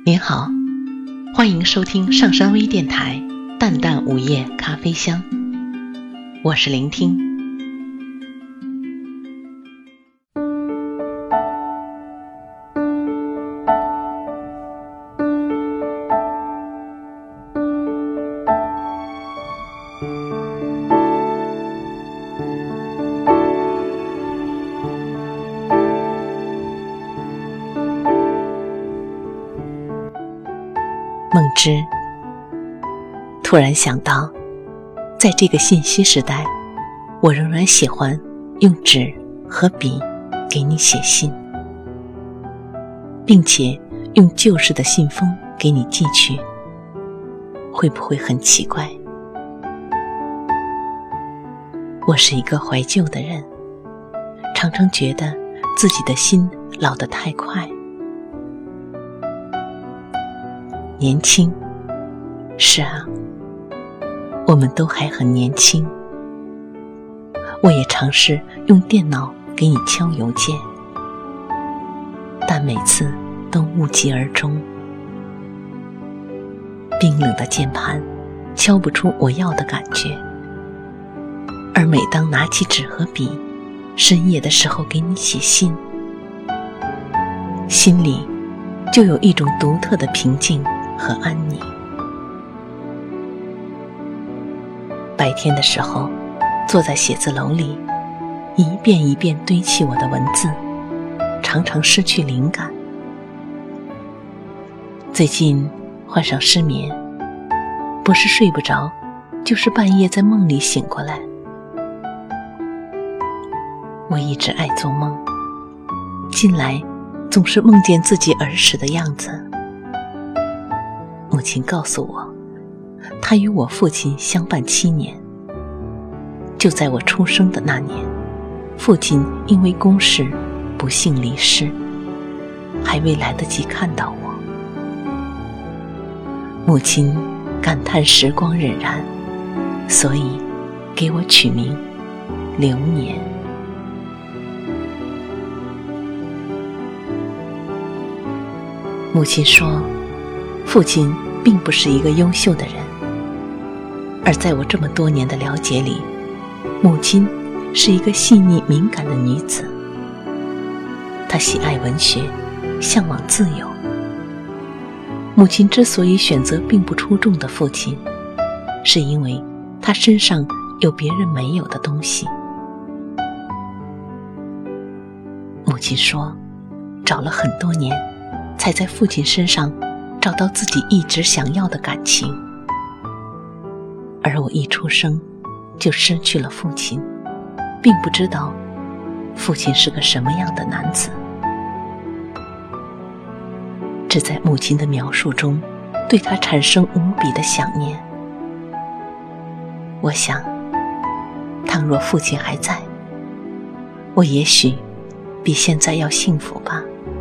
您好，欢迎收听上山微电台淡淡午夜咖啡香，我是聆听。梦之突然想到，在这个信息时代，我仍然喜欢用纸和笔给你写信，并且用旧式的信封给你寄去，会不会很奇怪？我是一个怀旧的人，常常觉得自己的心老得太快。年轻，是啊，我们都还很年轻。我也尝试用电脑给你敲邮件，但每次都无疾而终。冰冷的键盘敲不出我要的感觉，而每当拿起纸和笔，深夜的时候给你写信，心里就有一种独特的平静和安宁。白天的时候，坐在写字楼里，一遍一遍堆砌我的文字，常常失去灵感。最近患上失眠，不是睡不着，就是半夜在梦里醒过来。我一直爱做梦，近来总是梦见自己儿时的样子。母亲告诉我，她与我父亲相伴7年。就在我出生的那年，父亲因为公事不幸离世，还未来得及看到我。母亲感叹时光荏苒，所以给我取名流年。母亲说，父亲并不是一个优秀的人，而在我这么多年的了解里，母亲是一个细腻敏感的女子。她喜爱文学，向往自由。母亲之所以选择并不出众的父亲，是因为他身上有别人没有的东西。母亲说，找了很多年，才在父亲身上找到自己一直想要的感情。而我一出生就失去了父亲，并不知道父亲是个什么样的男子，只在母亲的描述中对他产生无比的想念。我想，倘若父亲还在，我也许比现在要幸福吧。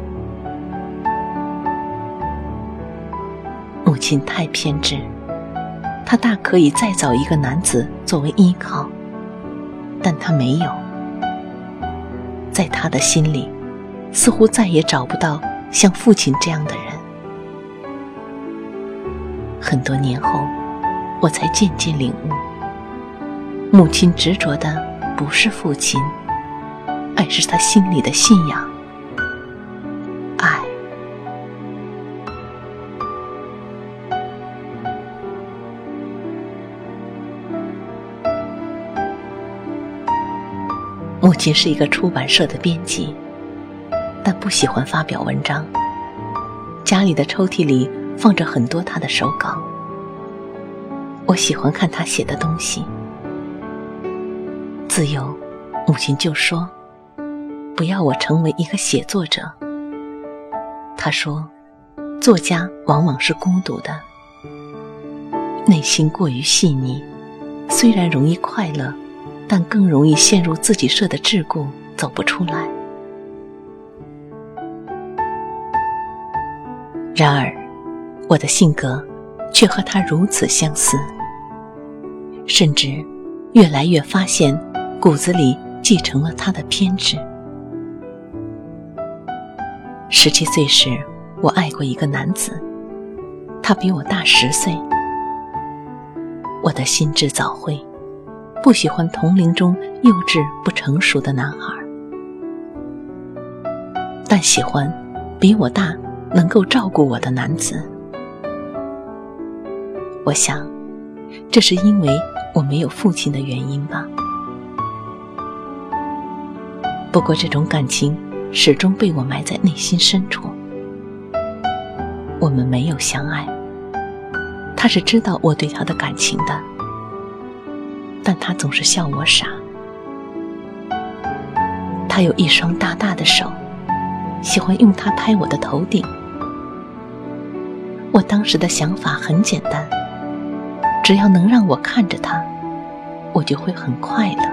母亲太偏执，她大可以再找一个男子作为依靠，但她没有。在她的心里，似乎再也找不到像父亲这样的人。很多年后，我才渐渐领悟，母亲执着的不是父亲，而是她心里的信仰，爱。母亲是一个出版社的编辑，但不喜欢发表文章。家里的抽屉里放着很多她的手稿，我喜欢看她写的东西。自由，母亲就说，不要我成为一个写作者。她说，作家往往是孤独的，内心过于细腻，虽然容易快乐，但更容易陷入自己设的桎梏，走不出来。然而，我的性格却和他如此相似，甚至越来越发现骨子里继承了他的偏执。17岁时，我爱过一个男子， 他比我大10岁。我的心智早慧，不喜欢同龄中幼稚不成熟的男孩，但喜欢比我大能够照顾我的男子。我想，这是因为我没有父亲的原因吧。不过这种感情始终被我埋在内心深处。我们没有相爱，他是知道我对他的感情的，但他总是笑我傻。他有一双大大的手，喜欢用它拍我的头顶。我当时的想法很简单，只要能让我看着他，我就会很快乐。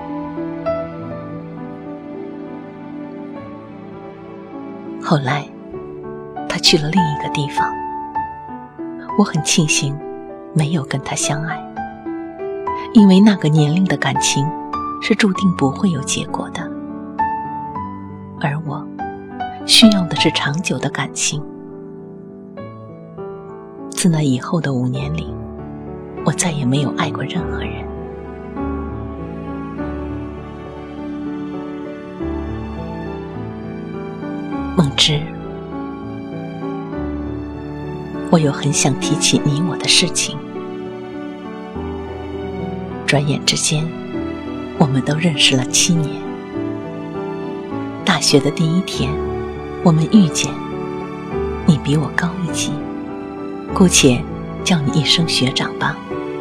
后来他去了另一个地方，我很庆幸没有跟他相爱，因为那个年龄的感情是注定不会有结果的，而我需要的是长久的感情。自那以后的5年里，我再也没有爱过任何人。梦之，我有很想提起你我的事情。转眼之间，我们都认识了7年。大学的第1天，我们遇见，你比我高1级，姑且叫你一声学长吧。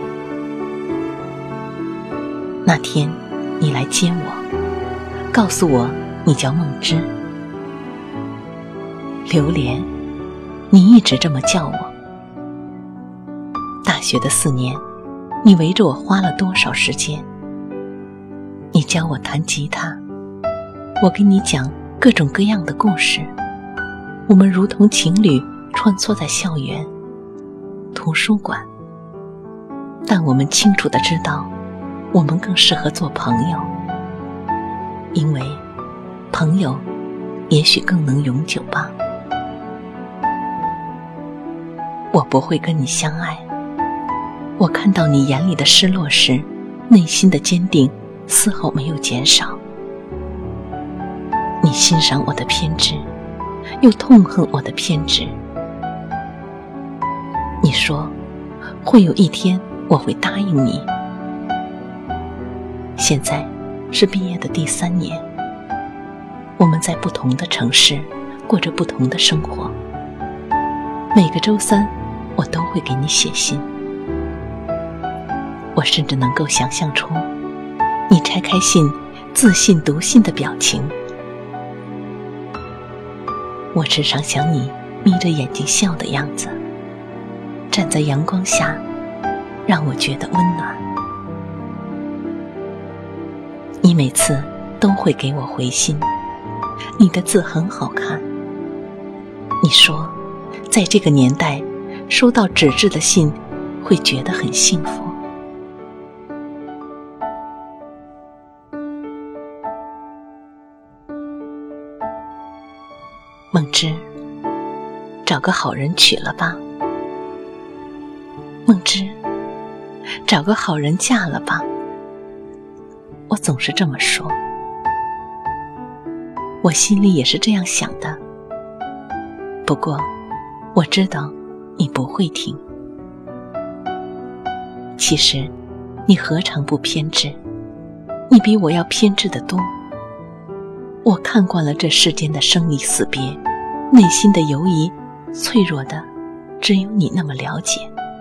那天你来接我，告诉我你叫梦之。榴莲，你一直这么叫我。大学的4年，你围着我花了多少时间？你教我弹吉他，我给你讲各种各样的故事，我们如同情侣穿梭在校园、图书馆，但我们清楚地知道，我们更适合做朋友，因为朋友也许更能永久吧。我不会跟你相爱，我看到你眼里的失落时，内心的坚定丝毫没有减少。你欣赏我的偏执，又痛恨我的偏执。你说，会有一天我会答应你。现在是毕业的第3年，我们在不同的城市，过着不同的生活。每个周3，我都会给你写信。我甚至能够想象出你拆开信自信读信的表情。我时常想你眯着眼睛笑的样子，站在阳光下，让我觉得温暖。你每次都会给我回信，你的字很好看。你说，在这个年代，收到纸质的信会觉得很幸福。梦之，找个好人娶了吧。梦之，找个好人嫁了吧。我总是这么说，我心里也是这样想的。不过，我知道你不会听。其实，你何尝不偏执？你比我要偏执得多。我看惯了这世间的生离死别，内心的犹疑，脆弱的，只有你那么了解。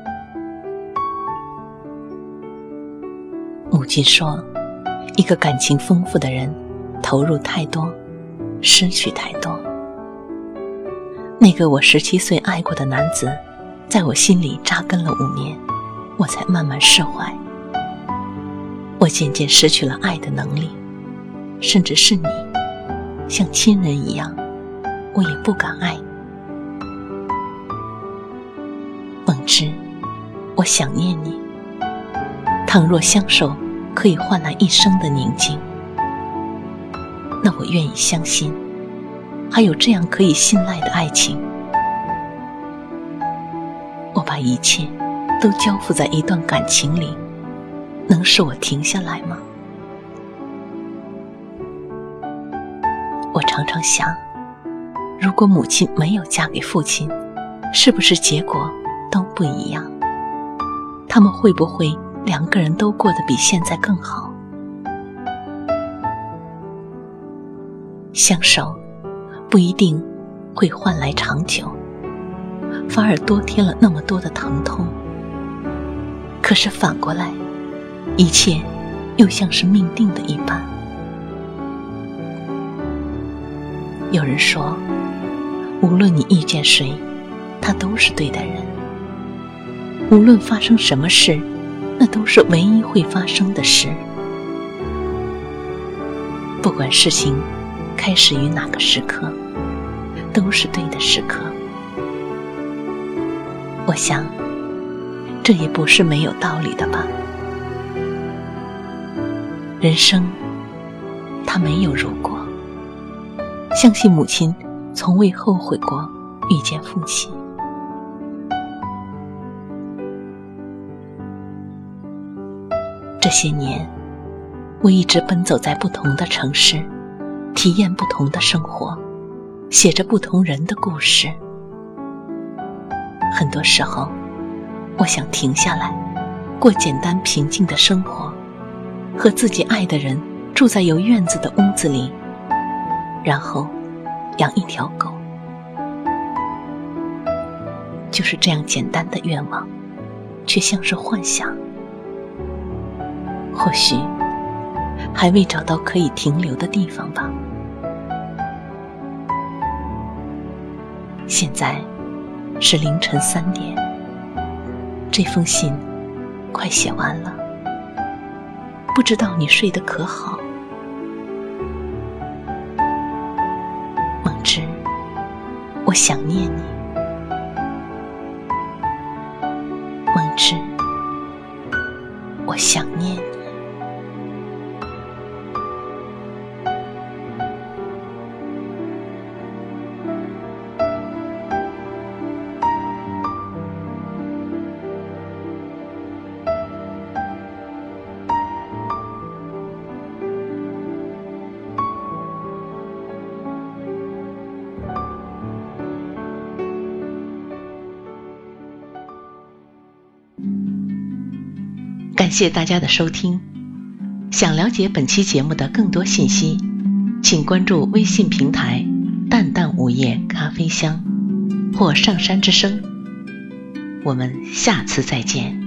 母亲说，一个感情丰富的人，投入太多，失去太多。那个我17岁爱过的男子，在我心里扎根了5年，我才慢慢释怀。我渐渐失去了爱的能力，甚至是你，像亲人一样，我也不敢爱。梦之，我想念你。倘若相守可以换来一生的宁静，那我愿意相信，还有这样可以信赖的爱情。 我把一切都交付在一段感情里，能使我停下来吗？我常常想，如果母亲没有嫁给父亲，是不是结果都不一样？他们会不会两个人都过得比现在更好？相守不一定会换来长久，反而多添了那么多的疼痛。可是反过来，一切又像是命定的一般。有人说，无论你遇见谁，他都是对的人。无论发生什么事，那都是唯一会发生的事。不管事情开始于哪个时刻，都是对的时刻。我想，这也不是没有道理的吧。人生，它没有如果。相信母亲从未后悔过遇见父亲。这些年，我一直奔走在不同的城市，体验不同的生活，写着不同人的故事。很多时候，我想停下来，过简单平静的生活，和自己爱的人住在有院子的屋子里，然后养一条狗。就是这样简单的愿望，却像是幻想。或许还未找到可以停留的地方吧。现在是凌晨3点，这封信快写完了，不知道你睡得可好？梦之，我想念你。梦之，我想念你。感谢大家的收听。想了解本期节目的更多信息，请关注微信平台淡淡午夜咖啡香或上山之声。我们下次再见。